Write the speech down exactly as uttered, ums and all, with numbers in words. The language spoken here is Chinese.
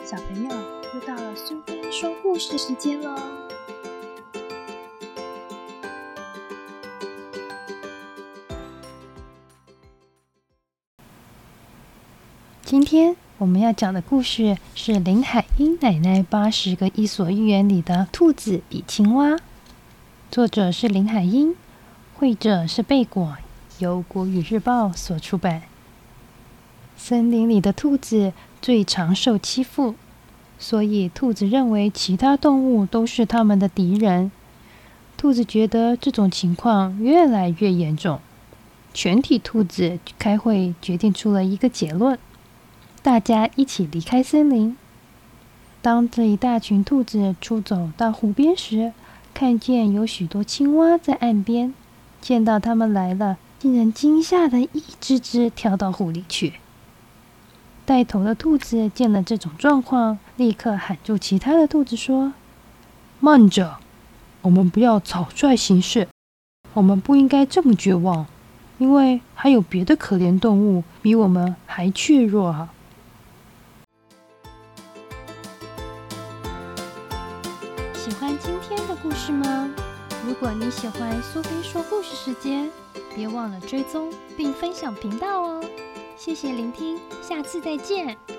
小朋友，又到了苏菲说故事时间咯。今天我们要讲的故事是林海音奶奶八十个伊索寓言里的兔子比青蛙，作者是林海音，绘者是贝果，由国语日报所出版。森林里的兔子最常受欺负，所以兔子认为其他动物都是它们的敌人。兔子觉得这种情况越来越严重，全体兔子开会决定出了一个结论，大家一起离开森林。当这一大群兔子出走到湖边时，看见有许多青蛙在岸边，见到它们来了，竟然惊吓得一只只跳到湖里去。带头的兔子见了这种状况，立刻喊住其他的兔子说：“慢着，我们不要草率行事，我们不应该这么绝望，因为还有别的可怜动物比我们还怯弱啊。”喜欢今天的故事吗？如果你喜欢苏菲说故事时间，别忘了追踪并分享频道哦。谢谢聆听，下次再见。